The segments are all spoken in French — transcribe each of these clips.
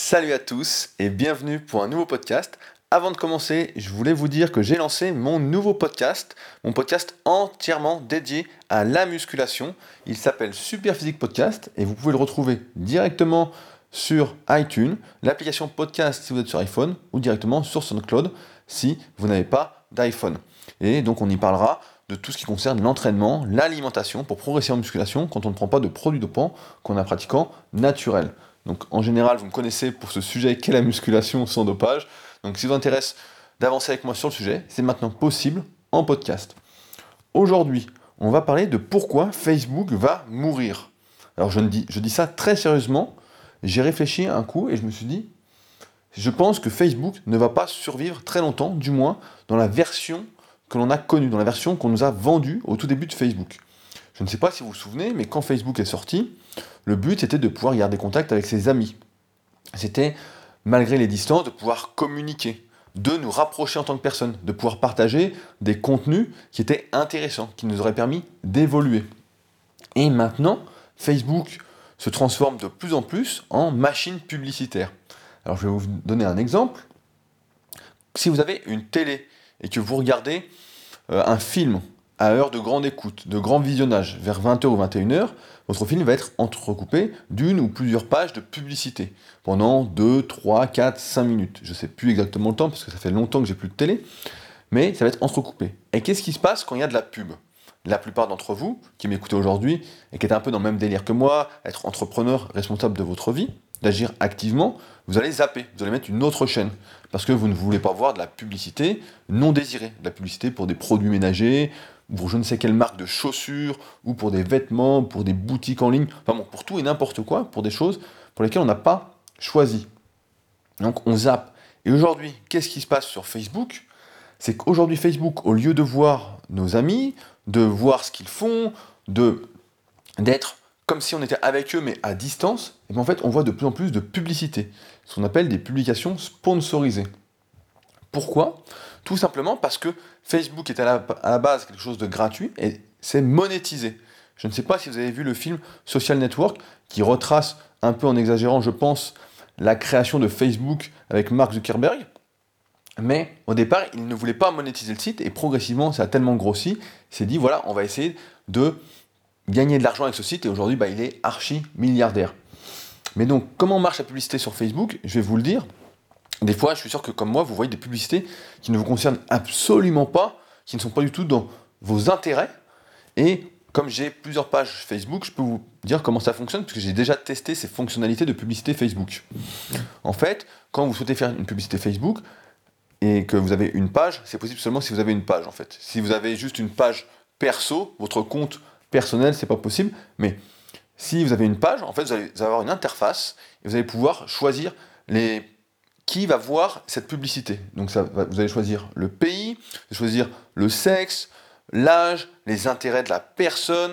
Salut à tous et bienvenue pour un nouveau podcast. Avant de commencer, je voulais vous dire que j'ai lancé mon nouveau podcast, mon podcast entièrement dédié à la musculation. Il s'appelle Super Physique Podcast et vous pouvez le retrouver directement sur iTunes, l'application podcast si vous êtes sur iPhone, ou directement sur SoundCloud si vous n'avez pas d'iPhone. Et donc on y parlera de tout ce qui concerne l'entraînement, l'alimentation pour progresser en musculation quand on ne prend pas de produits dopants, qu'on a un pratiquant naturel. Donc en général, vous me connaissez pour ce sujet qu'est la musculation sans dopage. Donc si vous intéresse d'avancer avec moi sur le sujet, c'est maintenant possible en podcast. Aujourd'hui, on va parler de pourquoi Facebook va mourir. Alors je dis ça très sérieusement, j'ai réfléchi un coup et je me suis dit, je pense que Facebook ne va pas survivre très longtemps, du moins dans la version que l'on a connue, dans la version qu'on nous a vendue au tout début de Facebook. Je ne sais pas si vous vous souvenez, mais quand Facebook est sorti, le but c'était de pouvoir garder contact avec ses amis. C'était, malgré les distances, de pouvoir communiquer, de nous rapprocher en tant que personne, de pouvoir partager des contenus qui étaient intéressants, qui nous auraient permis d'évoluer. Et maintenant, Facebook se transforme de plus en plus en machine publicitaire. Alors je vais vous donner un exemple. Si vous avez une télé et que vous regardez un film à heure de grande écoute, de grand visionnage, vers 20h ou 21h, votre film va être entrecoupé d'une ou plusieurs pages de publicité pendant 2, 3, 4, 5 minutes. Je ne sais plus exactement le temps parce que ça fait longtemps que j'ai plus de télé, mais ça va être entrecoupé. Et qu'est-ce qui se passe quand il y a de la pub ? La plupart d'entre vous qui m'écoutez aujourd'hui et qui êtes un peu dans le même délire que moi, être entrepreneur, responsable de votre vie, d'agir activement, vous allez zapper, vous allez mettre une autre chaîne parce que vous ne voulez pas voir de la publicité non désirée, de la publicité pour des produits ménagers, pour je ne sais quelle marque de chaussures, ou pour des vêtements, pour des boutiques en ligne, enfin bon, pour tout et n'importe quoi, pour des choses pour lesquelles on n'a pas choisi. Donc on zappe. Et aujourd'hui, qu'est-ce qui se passe sur Facebook ? C'est qu'aujourd'hui Facebook, au lieu de voir nos amis, de voir ce qu'ils font, d'être comme si on était avec eux mais à distance, et bien en fait on voit de plus en plus de publicités, ce qu'on appelle des publications sponsorisées. Pourquoi ? Tout simplement parce que Facebook est à la base quelque chose de gratuit et c'est monétisé. Je ne sais pas si vous avez vu le film Social Network qui retrace un peu en exagérant, je pense, la création de Facebook avec Mark Zuckerberg. Mais au départ, il ne voulait pas monétiser le site et progressivement, ça a tellement grossi, il s'est dit voilà, on va essayer de gagner de l'argent avec ce site et aujourd'hui, il est archi milliardaire. Mais donc, comment marche la publicité sur Facebook ? Je vais vous le dire. Des fois, je suis sûr que comme moi, vous voyez des publicités qui ne vous concernent absolument pas, qui ne sont pas du tout dans vos intérêts. Et comme j'ai plusieurs pages Facebook, je peux vous dire comment ça fonctionne, parce que j'ai déjà testé ces fonctionnalités de publicité Facebook. En fait, quand vous souhaitez faire une publicité Facebook, et que vous avez une page, c'est possible seulement si vous avez une page, en fait. Si vous avez juste une page perso, votre compte personnel, c'est pas possible, mais si vous avez une page, en fait, vous allez avoir une interface, et vous allez pouvoir choisir qui va voir cette publicité. Donc vous allez choisir le pays, vous allez choisir le sexe, l'âge, les intérêts de la personne,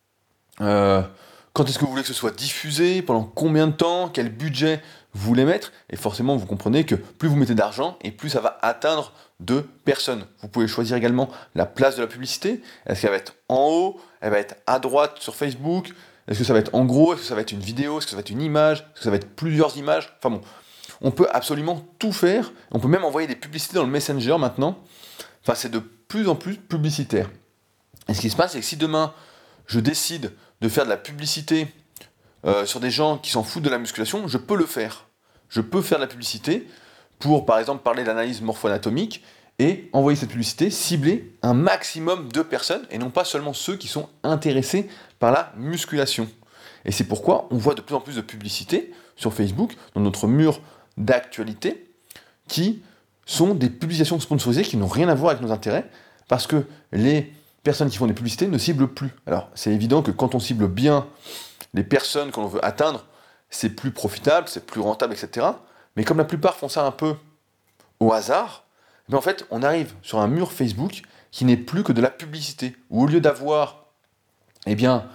quand est-ce que vous voulez que ce soit diffusé, pendant combien de temps, quel budget vous voulez mettre, et forcément vous comprenez que plus vous mettez d'argent, et plus ça va atteindre de personnes. Vous pouvez choisir également la place de la publicité, est-ce qu'elle va être en haut, elle va être à droite sur Facebook, est-ce que ça va être en gros, est-ce que ça va être une vidéo, est-ce que ça va être une image, est-ce que ça va être plusieurs images, enfin bon. On peut absolument tout faire, on peut même envoyer des publicités dans le Messenger maintenant, enfin c'est de plus en plus publicitaire. Et ce qui se passe, c'est que si demain, je décide de faire de la publicité sur des gens qui s'en foutent de la musculation, je peux le faire. Je peux faire de la publicité pour, par exemple, parler d'analyse morpho-anatomique et envoyer cette publicité, cibler un maximum de personnes, et non pas seulement ceux qui sont intéressés par la musculation. Et c'est pourquoi on voit de plus en plus de publicités sur Facebook, dans notre mur d'actualité, qui sont des publications sponsorisées qui n'ont rien à voir avec nos intérêts, parce que les personnes qui font des publicités ne ciblent plus. Alors, c'est évident que quand on cible bien les personnes qu'on veut atteindre, c'est plus profitable, c'est plus rentable, etc. Mais comme la plupart font ça un peu au hasard, en fait, on arrive sur un mur Facebook qui n'est plus que de la publicité, où au lieu d'avoir 1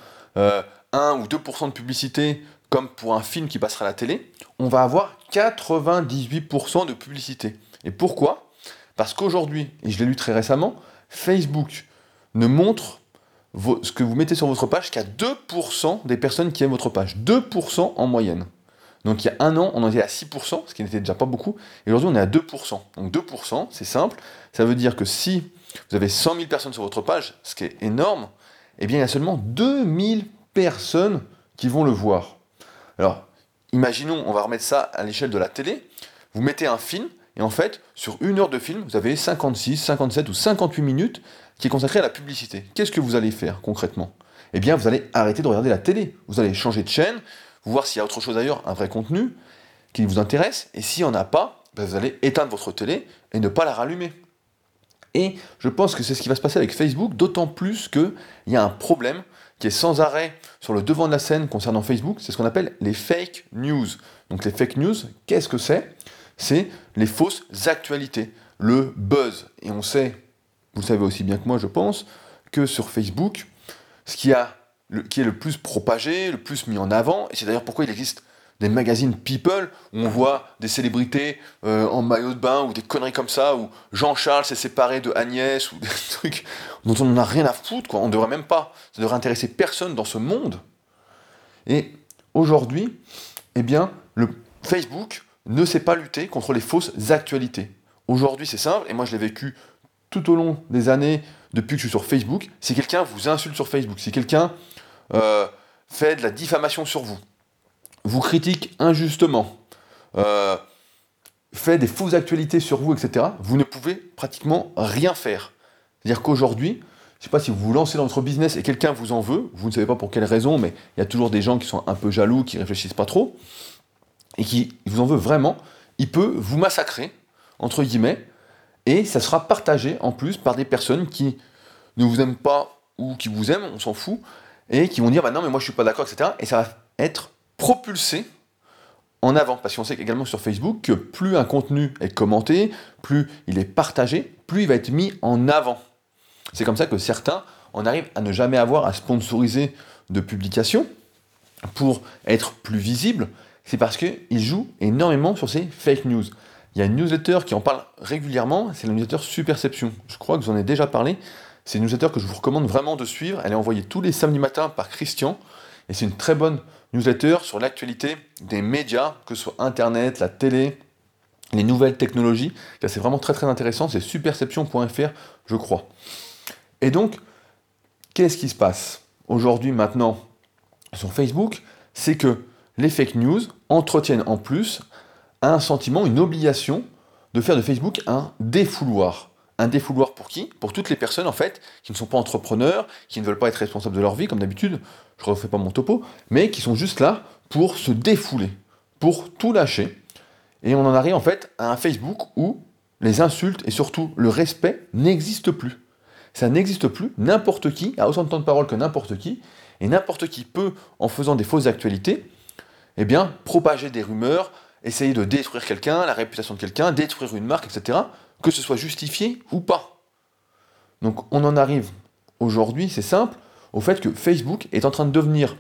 ou 2% de publicité, comme pour un film qui passera à la télé, on va avoir 98% de publicité. Et pourquoi ? Parce qu'aujourd'hui, et je l'ai lu très récemment, Facebook ne montre ce que vous mettez sur votre page qu'à 2% des personnes qui aiment votre page. 2% en moyenne. Donc il y a un an, on en était à 6%, ce qui n'était déjà pas beaucoup, et aujourd'hui on est à 2%. Donc 2%, c'est simple, ça veut dire que si vous avez 100 000 personnes sur votre page, ce qui est énorme, eh bien il y a seulement 2000 personnes qui vont le voir. Alors, imaginons, on va remettre ça à l'échelle de la télé, vous mettez un film, et en fait, sur 1 heure de film, vous avez 56, 57 ou 58 minutes qui est consacrée à la publicité. Qu'est-ce que vous allez faire concrètement ? Eh bien, vous allez arrêter de regarder la télé, vous allez changer de chaîne, vous voir s'il y a autre chose ailleurs, un vrai contenu qui vous intéresse, et s'il n'y en a pas, ben vous allez éteindre votre télé et ne pas la rallumer. Et je pense que c'est ce qui va se passer avec Facebook, d'autant plus qu'il y a un problème qui est sans arrêt sur le devant de la scène concernant Facebook, c'est ce qu'on appelle les fake news. Donc les fake news, qu'est-ce que c'est ? C'est les fausses actualités, le buzz. Et on sait, vous le savez aussi bien que moi je pense, que sur Facebook, ce qui est le plus propagé, le plus mis en avant, et c'est d'ailleurs pourquoi il existe des magazines People, où on voit des célébrités en maillot de bain, ou des conneries comme ça, où Jean-Charles s'est séparé de Agnès, ou des trucs dont on n'en a rien à foutre, quoi. On ne devrait même pas, ça devrait intéresser personne dans ce monde. Et aujourd'hui, eh bien, le Facebook ne sait pas lutter contre les fausses actualités. Aujourd'hui, c'est simple, et moi je l'ai vécu tout au long des années, depuis que je suis sur Facebook, si quelqu'un vous insulte sur Facebook, si quelqu'un fait de la diffamation sur vous, vous critique injustement, fait des fausses actualités sur vous, etc., vous ne pouvez pratiquement rien faire. C'est-à-dire qu'aujourd'hui, je ne sais pas si vous vous lancez dans votre business et quelqu'un vous en veut, vous ne savez pas pour quelle raison, mais il y a toujours des gens qui sont un peu jaloux, qui réfléchissent pas trop, et qui vous en veut vraiment, il peut vous massacrer, entre guillemets, et ça sera partagé en plus par des personnes qui ne vous aiment pas ou qui vous aiment, on s'en fout, et qui vont dire bah non mais moi je suis pas d'accord, etc. Et ça va être propulsé en avant, parce qu'on sait également sur Facebook que plus un contenu est commenté, plus il est partagé, plus il va être mis en avant. C'est comme ça que certains en arrivent à ne jamais avoir à sponsoriser de publication pour être plus visible. C'est parce qu'ils jouent énormément sur ces fake news. Il y a une newsletter qui en parle régulièrement, c'est la newsletter Superception. Je crois que je vous en ai déjà parlé. C'est une newsletter que je vous recommande vraiment de suivre. Elle est envoyée tous les samedis matins par Christian. Et c'est une très bonne newsletter sur l'actualité des médias, que ce soit Internet, la télé, les nouvelles technologies. Là, c'est vraiment très très intéressant. C'est superception.fr, je crois. Et donc, qu'est-ce qui se passe aujourd'hui, maintenant, sur Facebook ? C'est que les fake news entretiennent en plus un sentiment, une obligation de faire de Facebook un défouloir. Un défouloir pour qui ? Pour toutes les personnes, en fait, qui ne sont pas entrepreneurs, qui ne veulent pas être responsables de leur vie, comme d'habitude, je ne refais pas mon topo, mais qui sont juste là pour se défouler, pour tout lâcher. Et on en arrive, en fait, à un Facebook où les insultes et surtout le respect n'existent plus. Ça n'existe plus, n'importe qui a autant de temps de parole que n'importe qui, et n'importe qui peut, en faisant des fausses actualités, eh bien, propager des rumeurs, essayer de détruire quelqu'un, la réputation de quelqu'un, détruire une marque, etc., que ce soit justifié ou pas. Donc on en arrive aujourd'hui, c'est simple, au fait que Facebook est en train de devenir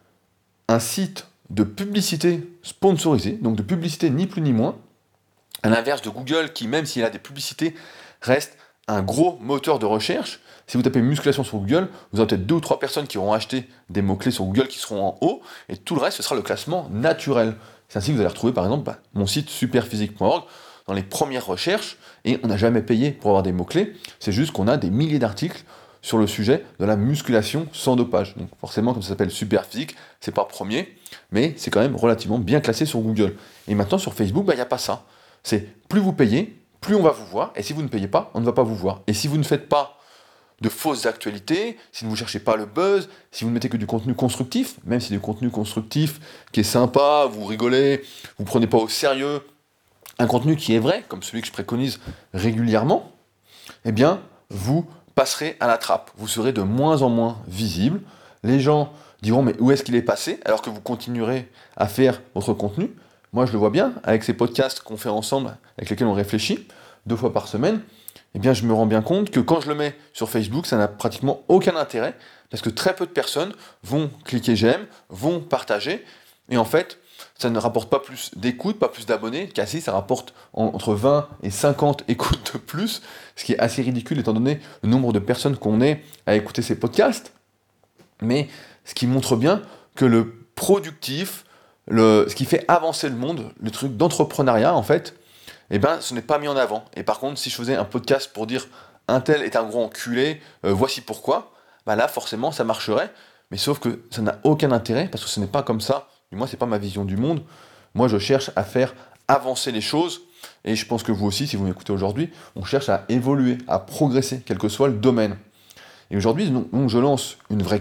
un site de publicité sponsorisée, donc de publicité ni plus ni moins, à l'inverse de Google qui, même s'il a des publicités, reste un gros moteur de recherche. Si vous tapez musculation sur Google, vous aurez peut-être 2 ou 3 personnes qui auront acheté des mots-clés sur Google qui seront en haut, et tout le reste, ce sera le classement naturel. C'est ainsi que vous allez retrouver, par exemple, mon site superphysique.org dans les premières recherches, et on n'a jamais payé pour avoir des mots-clés, c'est juste qu'on a des milliers d'articles sur le sujet de la musculation sans dopage. Donc forcément, comme ça s'appelle Superphysique, c'est pas premier, mais c'est quand même relativement bien classé sur Google. Et maintenant, sur Facebook, il n'y a pas ça. C'est plus vous payez, plus on va vous voir, et si vous ne payez pas, on ne va pas vous voir. Et si vous ne faites pas de fausses actualités, si vous ne cherchez pas le buzz, si vous ne mettez que du contenu constructif, même si c'est du contenu constructif qui est sympa, vous rigolez, vous ne prenez pas au sérieux un contenu qui est vrai, comme celui que je préconise régulièrement, eh bien, vous passerez à la trappe. Vous serez de moins en moins visible. Les gens diront, mais où est-ce qu'il est passé ? Alors que vous continuerez à faire votre contenu. Moi, je le vois bien, avec ces podcasts qu'on fait ensemble, avec lesquels on réfléchit, 2 fois par semaine, eh bien, je me rends bien compte que quand je le mets sur Facebook, ça n'a pratiquement aucun intérêt, parce que très peu de personnes vont cliquer j'aime, vont partager, et en fait, ça ne rapporte pas plus d'écoutes, pas plus d'abonnés, qu'assis, ça rapporte entre 20 et 50 écoutes de plus, ce qui est assez ridicule étant donné le nombre de personnes qu'on est à écouter ces podcasts, mais ce qui montre bien que le productif, ce qui fait avancer le monde, le truc d'entrepreneuriat, en fait, eh ben, ce n'est pas mis en avant. Et par contre, si je faisais un podcast pour dire un tel est un gros enculé, voici pourquoi, bah là, forcément, ça marcherait. Mais sauf que ça n'a aucun intérêt, parce que ce n'est pas comme ça. Du moins, c'est pas ma vision du monde. Moi, je cherche à faire avancer les choses. Et je pense que vous aussi, si vous m'écoutez aujourd'hui, on cherche à évoluer, à progresser, quel que soit le domaine. Et aujourd'hui, donc, je lance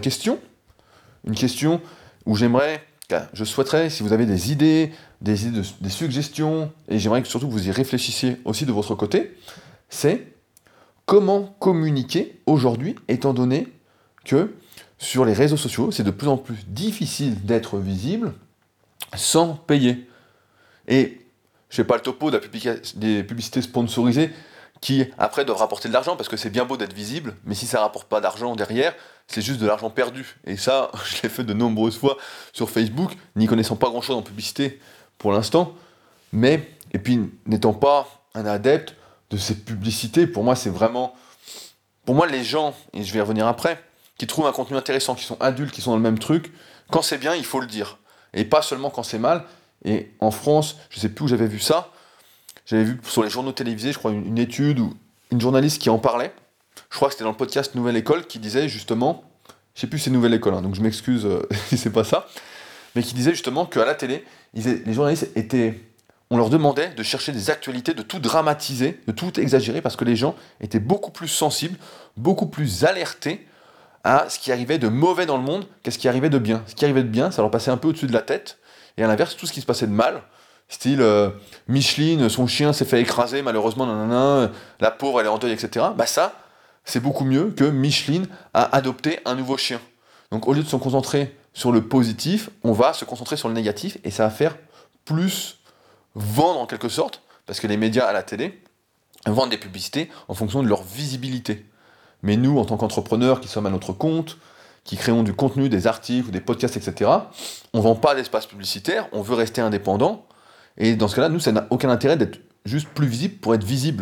une question où je souhaiterais, si vous avez des idées, des suggestions, et j'aimerais que surtout que vous y réfléchissiez aussi de votre côté, c'est comment communiquer aujourd'hui, étant donné que sur les réseaux sociaux, c'est de plus en plus difficile d'être visible sans payer. Et je fais pas le topo des publicités sponsorisées qui, après, doivent rapporter de l'argent, parce que c'est bien beau d'être visible, mais si ça rapporte pas d'argent derrière, c'est juste de l'argent perdu. Et ça, je l'ai fait de nombreuses fois sur Facebook, n'y connaissant pas grand-chose en publicité pour l'instant, et puis n'étant pas un adepte de ces publicités, pour moi, les gens, et je vais y revenir après, qui trouvent un contenu intéressant, qui sont adultes, qui sont dans le même truc, quand c'est bien, il faut le dire. Et pas seulement quand c'est mal. Et en France, je sais plus où j'avais vu ça, j'avais vu sur les journaux télévisés, je crois, une étude ou une journaliste qui en parlait. Je crois que c'était dans le podcast Nouvelle École qui disait justement, je sais plus si c'est Nouvelle École, hein, donc je m'excuse si c'est pas ça, mais qui disait justement qu'à la télé, les journalistes on leur demandait de chercher des actualités, de tout dramatiser, de tout exagérer, parce que les gens étaient beaucoup plus sensibles, beaucoup plus alertés à ce qui arrivait de mauvais dans le monde qu'est-ce qui arrivait de bien. Ce qui arrivait de bien, ça leur passait un peu au-dessus de la tête, et à l'inverse, tout ce qui se passait de mal, style Micheline, son chien s'est fait écraser, malheureusement, nanana, la pauvre, elle est en deuil, etc. Bah ça, c'est beaucoup mieux que Micheline a adopté un nouveau chien. Donc au lieu de se concentrer sur le positif, on va se concentrer sur le négatif, et ça va faire plus vendre en quelque sorte, parce que les médias à la télé vendent des publicités en fonction de leur visibilité. Mais nous, en tant qu'entrepreneurs qui sommes à notre compte, qui créons du contenu, des articles, des podcasts, etc., on ne vend pas d'espace publicitaire, on veut rester indépendant, et dans ce cas-là, nous, ça n'a aucun intérêt d'être juste plus visible pour être visible.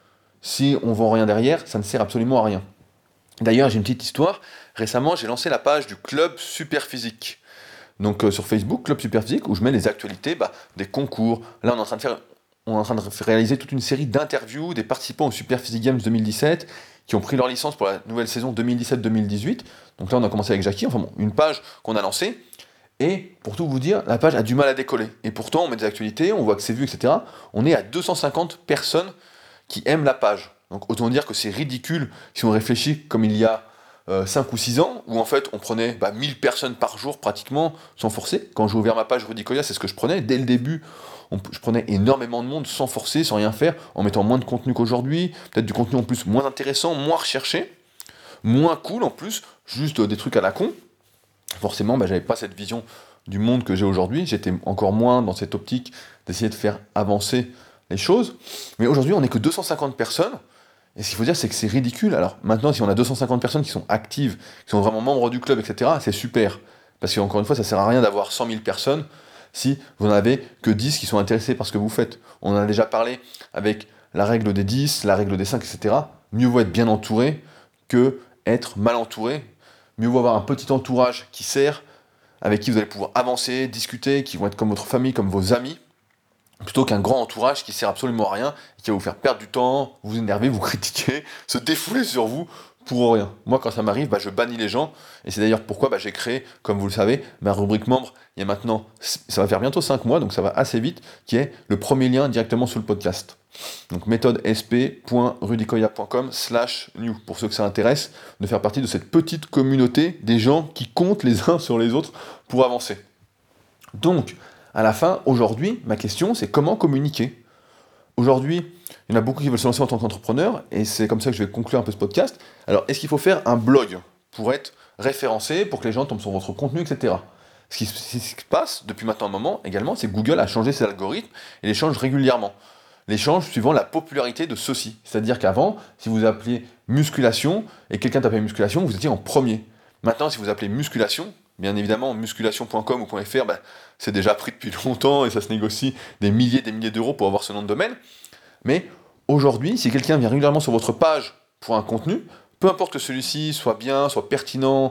Si on ne vend rien derrière, ça ne sert absolument à rien. D'ailleurs, j'ai une petite histoire. Récemment, j'ai lancé la page du Club Superphysique. Donc sur Facebook, Club Superphysique, où je mets les actualités, des concours. Là, on est en train de réaliser toute une série d'interviews des participants au Super Physique Games 2017 qui ont pris leur licence pour la nouvelle saison 2017-2018. Donc là, on a commencé avec Jackie, une page qu'on a lancée. Et pour tout vous dire, la page a du mal à décoller. Et pourtant, on met des actualités, on voit que c'est vu, etc. On est à 250 personnes qui aiment la page. Donc autant dire que c'est ridicule si on réfléchit comme il y a 5 ou 6 ans, où en fait on prenait 1000 personnes par jour pratiquement, sans forcer. Quand j'ai ouvert ma page Rudicoya, c'est ce que je prenais. Dès le début, je prenais énormément de monde sans forcer, sans rien faire, en mettant moins de contenu qu'aujourd'hui, peut-être du contenu en plus moins intéressant, moins recherché, moins cool en plus, juste des trucs à la con. Forcément, j'avais pas cette vision du monde que j'ai aujourd'hui, j'étais encore moins dans cette optique d'essayer de faire avancer les choses. Mais aujourd'hui, on n'est que 250 personnes, et ce qu'il faut dire, c'est que c'est ridicule. Alors maintenant, si on a 250 personnes qui sont actives, qui sont vraiment membres du club, etc., c'est super. Parce qu'encore une fois, ça sert à rien d'avoir 100 000 personnes si vous n'en avez que 10 qui sont intéressés par ce que vous faites. On en a déjà parlé avec la règle des 10, la règle des 5, etc. Mieux vaut être bien entouré que être mal entouré. Mieux vaut avoir un petit entourage qui sert, avec qui vous allez pouvoir avancer, discuter, qui vont être comme votre famille, comme vos amis, plutôt qu'un grand entourage qui sert absolument à rien, qui va vous faire perdre du temps, vous énerver, vous critiquer, se défouler sur vous pour rien. Moi, quand ça m'arrive, je bannis les gens, et c'est d'ailleurs pourquoi j'ai créé, comme vous le savez, ma rubrique membre, il y a maintenant, ça va faire bientôt 5 mois, donc ça va assez vite, qui est le premier lien directement sous le podcast. Donc méthodesp.rudicoya.com/new, pour ceux que ça intéresse, de faire partie de cette petite communauté des gens qui comptent les uns sur les autres pour avancer. Donc, à la fin, aujourd'hui, ma question, c'est comment communiquer. Aujourd'hui, il y en a beaucoup qui veulent se lancer en tant qu'entrepreneur, et c'est comme ça que je vais conclure un peu ce podcast. Alors, est-ce qu'il faut faire un blog pour être référencé, pour que les gens tombent sur votre contenu, etc. Ce qui se passe depuis maintenant un moment également, c'est que Google a changé ses algorithmes et les change régulièrement. Les change suivant la popularité de ceux-ci. C'est-à-dire qu'avant, si vous appeliez musculation et quelqu'un tapait musculation, vous étiez en premier. Maintenant, si vous appelez musculation, bien évidemment, musculation.com ou .fr, c'est déjà pris depuis longtemps et ça se négocie des milliers d'euros pour avoir ce nom de domaine. Mais aujourd'hui, si quelqu'un vient régulièrement sur votre page pour un contenu, peu importe que celui-ci soit bien, soit pertinent,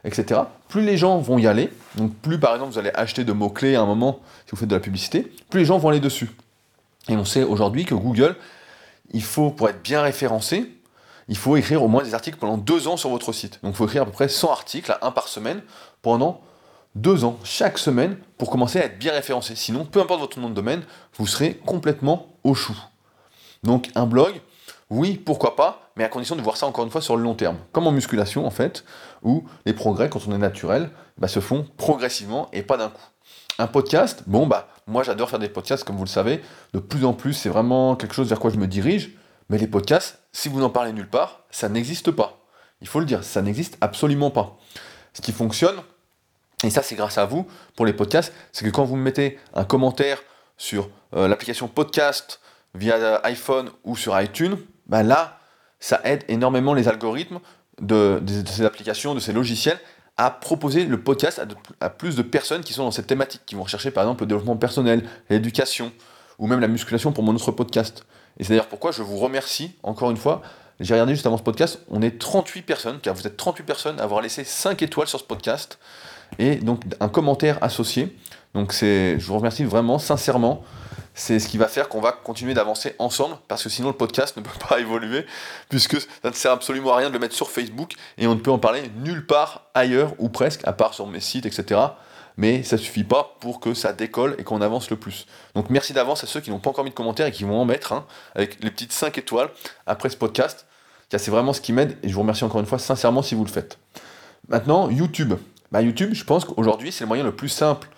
etc., plus les gens vont y aller, donc plus par exemple vous allez acheter de mots-clés à un moment, si vous faites de la publicité, plus les gens vont aller dessus. Et on sait aujourd'hui que Google, pour être bien référencé, il faut écrire au moins des articles pendant 2 ans sur votre site. Donc il faut écrire à peu près 100 articles, un par semaine, pendant 2 ans, chaque semaine, pour commencer à être bien référencé. Sinon, peu importe votre nom de domaine, vous serez complètement au chou. Donc un blog, oui, pourquoi pas, mais à condition de voir ça encore une fois sur le long terme. Comme en musculation en fait, où les progrès, quand on est naturel, se font progressivement et pas d'un coup. Un podcast, moi j'adore faire des podcasts, comme vous le savez, de plus en plus, c'est vraiment quelque chose vers quoi je me dirige, mais les podcasts, si vous n'en parlez nulle part, ça n'existe pas. Il faut le dire, ça n'existe absolument pas. Ce qui fonctionne, et ça c'est grâce à vous, pour les podcasts, c'est que quand vous me mettez un commentaire sur l'application podcast via iPhone ou sur iTunes, là, ça aide énormément les algorithmes de ces applications, de ces logiciels, à proposer le podcast à plus de personnes qui sont dans cette thématique, qui vont rechercher par exemple le développement personnel, l'éducation, ou même la musculation pour mon autre podcast. Et c'est d'ailleurs pourquoi je vous remercie, encore une fois. J'ai regardé juste avant ce podcast, on est 38 personnes, car vous êtes 38 personnes à avoir laissé 5 étoiles sur ce podcast, et donc un commentaire associé. Donc je vous remercie vraiment, sincèrement. C'est ce qui va faire qu'on va continuer d'avancer ensemble, parce que sinon le podcast ne peut pas évoluer, puisque ça ne sert absolument à rien de le mettre sur Facebook, et on ne peut en parler nulle part ailleurs, ou presque, à part sur mes sites, etc. Mais ça ne suffit pas pour que ça décolle et qu'on avance le plus. Donc merci d'avance à ceux qui n'ont pas encore mis de commentaires et qui vont en mettre, avec les petites 5 étoiles après ce podcast, car c'est vraiment ce qui m'aide, et je vous remercie encore une fois sincèrement si vous le faites. Maintenant, YouTube. YouTube, je pense qu'aujourd'hui, c'est le moyen le plus simple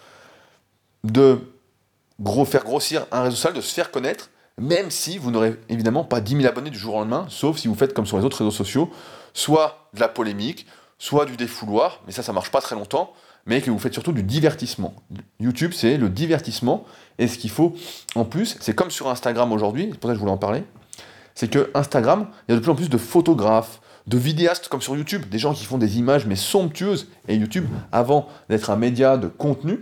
de faire grossir un réseau social, de se faire connaître, même si vous n'aurez évidemment pas 10 000 abonnés du jour au lendemain, sauf si vous faites comme sur les autres réseaux sociaux, soit de la polémique, soit du défouloir, mais ça marche pas très longtemps, mais que vous faites surtout du divertissement. YouTube, c'est le divertissement, et ce qu'il faut en plus, c'est comme sur Instagram aujourd'hui, c'est pour ça que je voulais en parler, c'est que Instagram, il y a de plus en plus de photographes, de vidéastes comme sur YouTube, des gens qui font des images mais somptueuses, et YouTube, avant d'être un média de contenu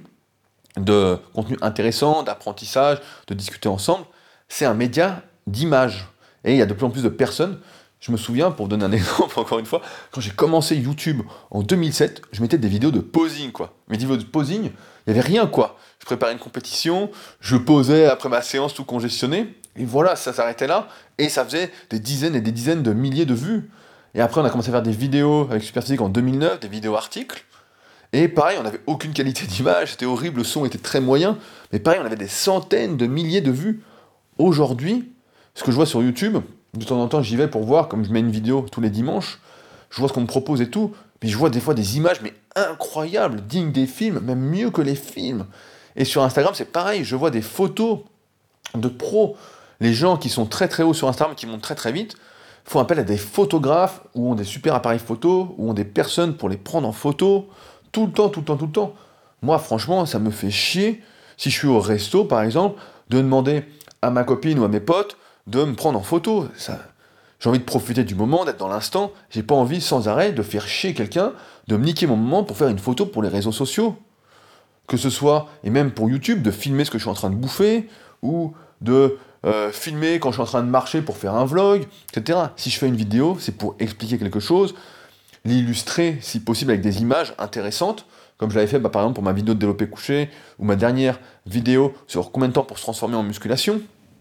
intéressant, d'apprentissage, de discuter ensemble, c'est un média d'image. Et il y a de plus en plus de personnes. Je me souviens, pour donner un exemple encore une fois, quand j'ai commencé YouTube en 2007, je mettais des vidéos de posing, quoi. Mes vidéos de posing, il n'y avait rien, quoi. Je préparais une compétition, je posais après ma séance tout congestionné, et voilà, ça s'arrêtait là, et ça faisait des dizaines et des dizaines de milliers de vues. Et après, on a commencé à faire des vidéos avec Superphysique en 2009, des vidéos articles, et pareil, on n'avait aucune qualité d'image, c'était horrible, le son était très moyen, mais pareil, on avait des centaines de milliers de vues. Aujourd'hui, ce que je vois sur YouTube, de temps en temps j'y vais pour voir, comme je mets une vidéo tous les dimanches, je vois ce qu'on me propose et tout, mais je vois des fois des images mais incroyables, dignes des films, même mieux que les films. Et sur Instagram, c'est pareil, je vois des photos de pros. Les gens qui sont très très hauts sur Instagram, qui montent très très vite, font appel à des photographes, ou ont des super appareils photo, ou ont des personnes pour les prendre en photo, tout le temps, tout le temps, tout le temps. Moi, franchement, ça me fait chier, si je suis au resto, par exemple, de demander à ma copine ou à mes potes de me prendre en photo. J'ai envie de profiter du moment, d'être dans l'instant. J'ai pas envie, sans arrêt, de faire chier quelqu'un, de me niquer mon moment pour faire une photo pour les réseaux sociaux. Que ce soit, et même pour YouTube, de filmer ce que je suis en train de bouffer, ou de filmer quand je suis en train de marcher pour faire un vlog, etc. Si je fais une vidéo, c'est pour expliquer quelque chose, l'illustrer, si possible, avec des images intéressantes, comme je l'avais fait par exemple pour ma vidéo de développé couché, ou ma dernière vidéo sur combien de temps pour se transformer en musculation.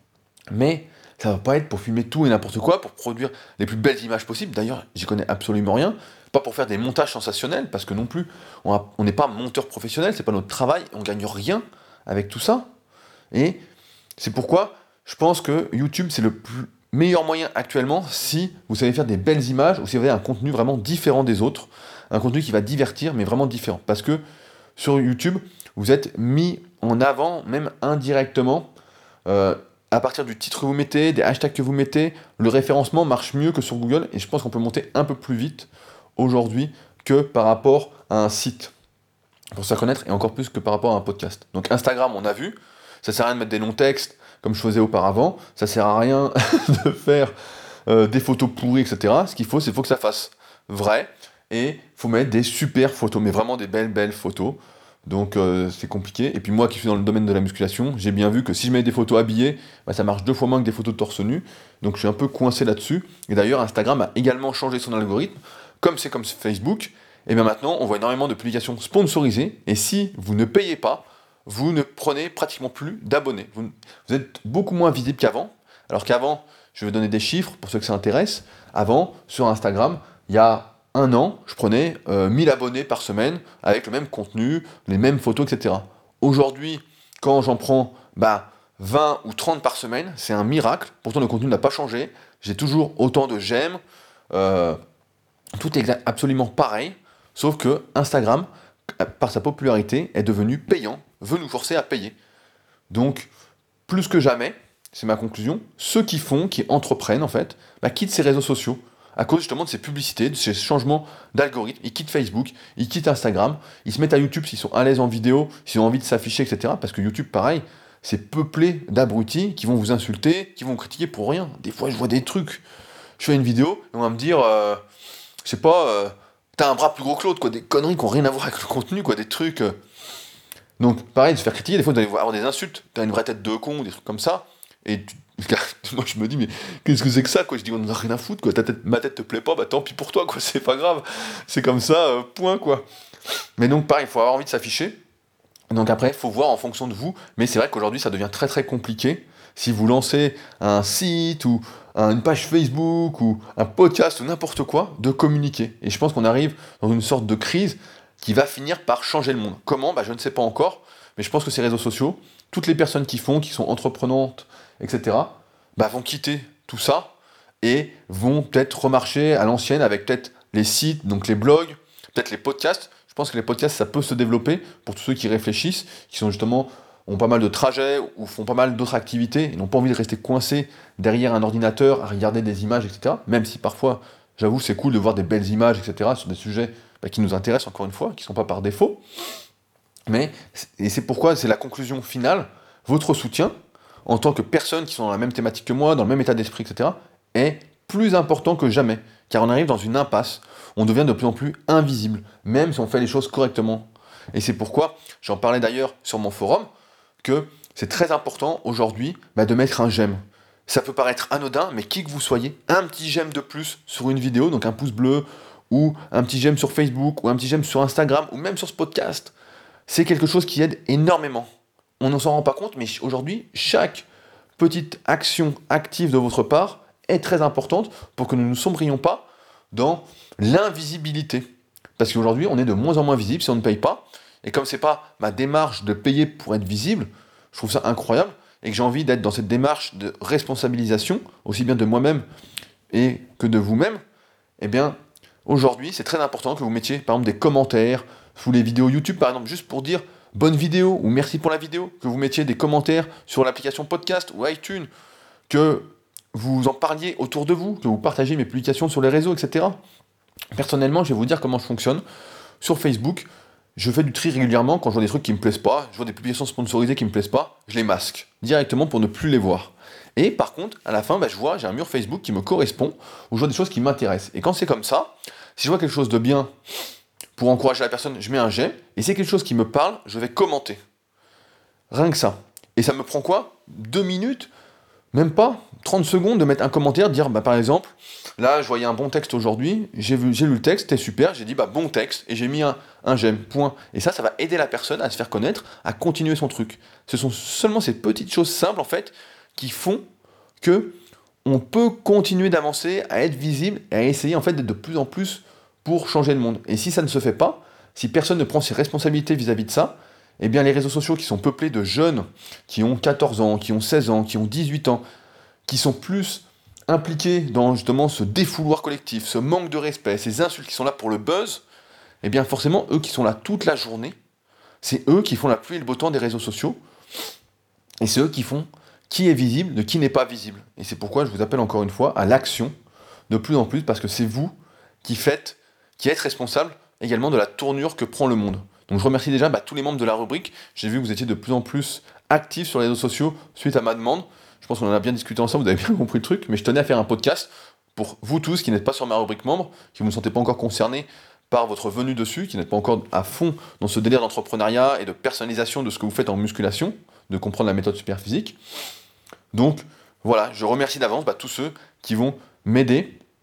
Mais ça va pas être pour filmer tout et n'importe quoi, pour produire les plus belles images possibles. D'ailleurs, j'y connais absolument rien. Pas pour faire des montages sensationnels, parce que non plus, on n'est pas monteur professionnel, c'est pas notre travail, on gagne rien avec tout ça. Et c'est pourquoi je pense que YouTube, c'est le meilleur moyen actuellement si vous savez faire des belles images ou si vous avez un contenu vraiment différent des autres, un contenu qui va divertir mais vraiment différent. Parce que sur YouTube, vous êtes mis en avant, même indirectement, à partir du titre que vous mettez, des hashtags que vous mettez, le référencement marche mieux que sur Google et je pense qu'on peut monter un peu plus vite aujourd'hui que par rapport à un site pour se faire connaître et encore plus que par rapport à un podcast. Donc Instagram, on a vu, ça sert à rien de mettre des longs textes comme je faisais auparavant, ça sert à rien de faire des photos pourries, etc. Ce qu'il faut, c'est que ça fasse vrai et il faut mettre des super photos, mais vraiment des belles photos. Donc c'est compliqué. Et puis moi qui suis dans le domaine de la musculation, j'ai bien vu que si je mets des photos habillées, ça marche 2 fois moins que des photos de torse nu. Donc je suis un peu coincé là-dessus. Et d'ailleurs, Instagram a également changé son algorithme, comme c'est comme Facebook. et bien maintenant, on voit énormément de publications sponsorisées, et si vous ne payez pas, vous ne prenez pratiquement plus d'abonnés. Vous êtes beaucoup moins visible qu'avant, alors qu'avant, je vais donner des chiffres pour ceux que ça intéresse. Avant, sur Instagram, il y a un an, je prenais 1000 abonnés par semaine avec le même contenu, les mêmes photos, etc. Aujourd'hui, quand j'en prends 20 ou 30 par semaine, c'est un miracle. Pourtant, le contenu n'a pas changé. J'ai toujours autant de j'aime. Tout est absolument pareil. Sauf que Instagram, par sa popularité, est devenu payant, veut nous forcer à payer. Donc, plus que jamais, c'est ma conclusion, ceux qui entreprennent en fait, quittent ces réseaux sociaux à cause justement de ces publicités, de ces changements d'algorithme. Ils quittent Facebook, ils quittent Instagram, ils se mettent à YouTube s'ils sont à l'aise en vidéo, s'ils ont envie de s'afficher, etc. Parce que YouTube, pareil, c'est peuplé d'abrutis qui vont vous insulter, qui vont vous critiquer pour rien. Des fois, je vois des trucs. Je fais une vidéo, et on va me dire, je sais pas, t'as un bras plus gros que l'autre, quoi, des conneries qui n'ont rien à voir avec le contenu, quoi, des trucs. Donc, pareil, de se faire critiquer, des fois, vous allez avoir des insultes. T'as une vraie tête de con, des trucs comme ça. Et moi, je me dis, mais qu'est-ce que c'est que ça, quoi? Je dis, on en a rien à foutre, quoi. Ma tête te plaît pas, tant pis pour toi, quoi. C'est pas grave. C'est comme ça, point, quoi. Mais donc, pareil, il faut avoir envie de s'afficher. Donc après, il faut voir en fonction de vous. Mais c'est vrai qu'aujourd'hui, ça devient très, très compliqué. Si vous lancez un site ou une page Facebook ou un podcast ou n'importe quoi, de communiquer. Et je pense qu'on arrive dans une sorte de crise qui va finir par changer le monde. Comment? Je ne sais pas encore. Mais je pense que ces réseaux sociaux, toutes les personnes qui sont entreprenantes, etc., vont quitter tout ça et vont peut-être remarcher à l'ancienne avec peut-être les sites, donc les blogs, peut-être les podcasts. Je pense que les podcasts, ça peut se développer pour tous ceux qui réfléchissent, qui ont pas mal de trajets ou font pas mal d'autres activités et n'ont pas envie de rester coincés derrière un ordinateur à regarder des images, etc. Même si parfois, j'avoue, c'est cool de voir des belles images, etc. sur des sujets qui nous intéressent, encore une fois, qui ne sont pas par défaut. Et c'est pourquoi c'est la conclusion finale, votre soutien, en tant que personnes qui sont dans la même thématique que moi, dans le même état d'esprit, etc., est plus important que jamais. Car on arrive dans une impasse, on devient de plus en plus invisible, même si on fait les choses correctement. Et c'est pourquoi, j'en parlais d'ailleurs sur mon forum, que c'est très important aujourd'hui de mettre un j'aime. Ça peut paraître anodin, mais qui que vous soyez, un petit j'aime de plus sur une vidéo, donc un pouce bleu, ou un petit j'aime sur Facebook, ou un petit j'aime sur Instagram, ou même sur ce podcast, c'est quelque chose qui aide énormément. On ne s'en rend pas compte, mais aujourd'hui, chaque petite action active de votre part est très importante pour que nous ne sombrions pas dans l'invisibilité. Parce qu'aujourd'hui, on est de moins en moins visible si on ne paye pas. Et comme c'est pas ma démarche de payer pour être visible, je trouve ça incroyable et que j'ai envie d'être dans cette démarche de responsabilisation, aussi bien de moi-même et que de vous-même, eh bien, aujourd'hui, c'est très important que vous mettiez, par exemple, des commentaires sous les vidéos YouTube, par exemple, juste pour dire bonne vidéo ou merci pour la vidéo, que vous mettiez des commentaires sur l'application podcast ou iTunes, que vous en parliez autour de vous, que vous partagez mes publications sur les réseaux, etc. Personnellement, je vais vous dire comment je fonctionne. Sur Facebook, je fais du tri régulièrement quand je vois des trucs qui me plaisent pas, je vois des publications sponsorisées qui me plaisent pas, je les masque directement pour ne plus les voir. Et par contre, à la fin, j'ai un mur Facebook qui me correspond, où je vois des choses qui m'intéressent. Et quand c'est comme ça, si je vois quelque chose de bien pour encourager la personne, je mets un j'aime, et si c'est quelque chose qui me parle, je vais commenter. Rien que ça. Et ça me prend quoi? 2 minutes? Même pas 30 secondes de mettre un commentaire, de dire par exemple, là je voyais un bon texte aujourd'hui, j'ai lu le texte, c'était super, j'ai dit bon texte, et j'ai mis un j'aime, point. Et ça va aider la personne à se faire connaître, à continuer son truc. Ce sont seulement ces petites choses simples en fait qui font que on peut continuer d'avancer, à être visible et à essayer en fait d'être de plus en plus pour changer le monde. Et si ça ne se fait pas, si personne ne prend ses responsabilités vis-à-vis de ça, eh bien les réseaux sociaux qui sont peuplés de jeunes qui ont 14 ans, qui ont 16 ans, qui ont 18 ans, qui sont plus impliqués dans justement ce défouloir collectif, ce manque de respect, ces insultes qui sont là pour le buzz, eh bien forcément, eux qui sont là toute la journée, c'est eux qui font la pluie et le beau temps des réseaux sociaux, et c'est eux qui font qui est visible de qui n'est pas visible. Et c'est pourquoi je vous appelle encore une fois à l'action, de plus en plus, parce que c'est vous qui êtes responsable également de la tournure que prend le monde. Donc je remercie déjà tous les membres de la rubrique. J'ai vu que vous étiez de plus en plus actifs sur les réseaux sociaux suite à ma demande. Je pense qu'on en a bien discuté ensemble, vous avez bien compris le truc, mais je tenais à faire un podcast pour vous tous qui n'êtes pas sur ma rubrique membre, qui ne vous sentez pas encore concernés par votre venue dessus, qui n'êtes pas encore à fond dans ce délire d'entrepreneuriat et de personnalisation de ce que vous faites en musculation, de comprendre la méthode Superphysique. Donc voilà, je remercie d'avance tous ceux qui vont m'aider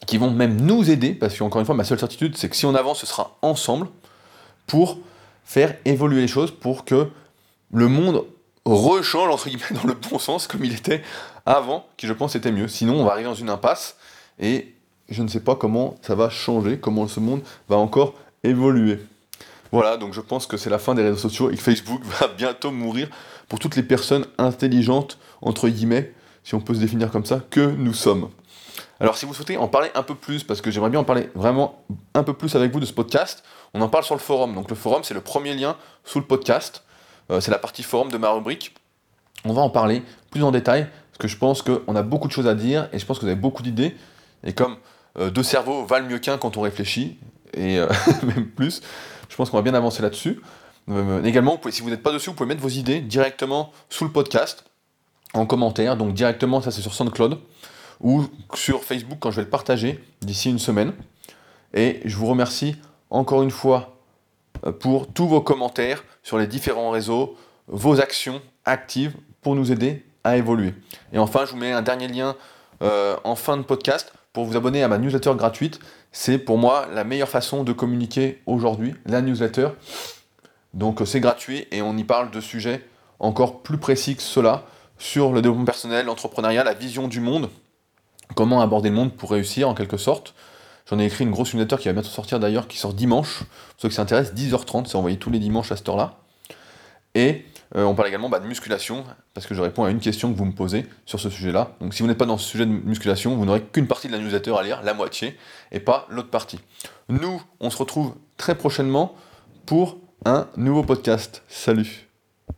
qui vont même nous aider, parce qu'encore une fois, ma seule certitude, c'est que si on avance, ce sera ensemble, pour faire évoluer les choses, pour que le monde rechange, entre guillemets, dans le bon sens, comme il était avant, qui je pense était mieux. Sinon, on va arriver dans une impasse, et je ne sais pas comment ça va changer, comment ce monde va encore évoluer. Voilà, donc je pense que c'est la fin des réseaux sociaux et que Facebook va bientôt mourir pour toutes les personnes intelligentes, entre guillemets, si on peut se définir comme ça, que nous sommes. Alors si vous souhaitez en parler un peu plus, parce que j'aimerais bien en parler vraiment un peu plus avec vous de ce podcast, on en parle sur le forum. Donc le forum, c'est le premier lien sous le podcast. C'est la partie forum de ma rubrique. On va en parler plus en détail, parce que je pense qu'on a beaucoup de choses à dire, et je pense que vous avez beaucoup d'idées. Et comme deux cerveaux valent mieux qu'un quand on réfléchit, et même plus, je pense qu'on va bien avancer là-dessus. Également, si vous n'êtes pas dessus, vous pouvez mettre vos idées directement sous le podcast, en commentaire, donc directement, ça c'est sur SoundCloud, ou sur Facebook quand je vais le partager d'ici une semaine. Et je vous remercie encore une fois pour tous vos commentaires sur les différents réseaux, vos actions actives pour nous aider à évoluer. Et enfin, je vous mets un dernier lien en fin de podcast pour vous abonner à ma newsletter gratuite. C'est pour moi la meilleure façon de communiquer aujourd'hui, la newsletter. Donc c'est gratuit et on y parle de sujets encore plus précis que cela, sur le développement personnel, l'entrepreneuriat, la vision du monde, comment aborder le monde pour réussir en quelque sorte. J'en ai écrit une grosse newsletter qui va bientôt sortir d'ailleurs, qui sort dimanche. Pour ceux qui s'intéressent, 10h30, c'est envoyé tous les dimanches à cette heure-là. Et on parle également de musculation, parce que je réponds à une question que vous me posez sur ce sujet-là. Donc si vous n'êtes pas dans ce sujet de musculation, vous n'aurez qu'une partie de la newsletter à lire, la moitié, et pas l'autre partie. Nous, on se retrouve très prochainement pour un nouveau podcast. Salut!